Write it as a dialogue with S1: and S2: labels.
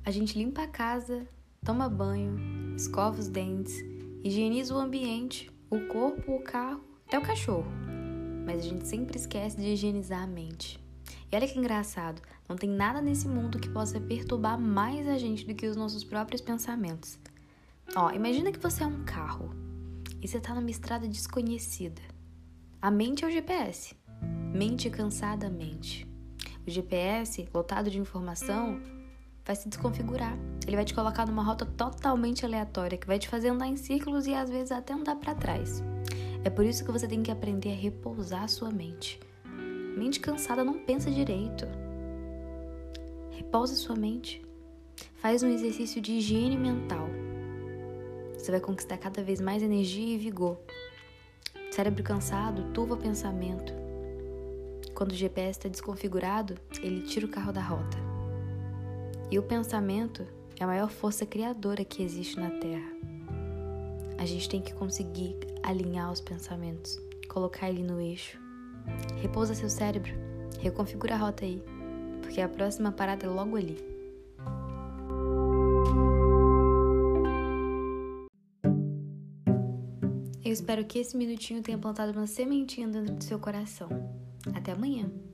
S1: A gente limpa a casa, toma banho, escova os dentes, higieniza o ambiente, o corpo, o carro, até o cachorro. Mas a gente sempre esquece de higienizar a mente. E olha que engraçado, não tem nada nesse mundo que possa perturbar mais a gente do que os nossos próprios pensamentos. Imagina que você é um carro e você está numa estrada desconhecida. A mente é o GPS. Mente cansadamente. O GPS, lotado de informação, vai se desconfigurar. Ele vai te colocar numa rota totalmente aleatória, que vai te fazer andar em círculos e às vezes até andar para trás. É por isso que você tem que aprender a repousar a sua mente. Mente cansada não pensa direito. Repousa sua mente. Faz um exercício de higiene mental. Você vai conquistar cada vez mais energia e vigor. Cérebro cansado turva pensamento. Quando o GPS está desconfigurado, ele tira o carro da rota. E o pensamento é a maior força criadora que existe na Terra. A gente tem que conseguir alinhar os pensamentos, colocar ele no eixo. Repousa seu cérebro, reconfigura a rota aí, porque a próxima parada é logo ali. Eu espero que esse minutinho tenha plantado uma sementinha dentro do seu coração. Até amanhã!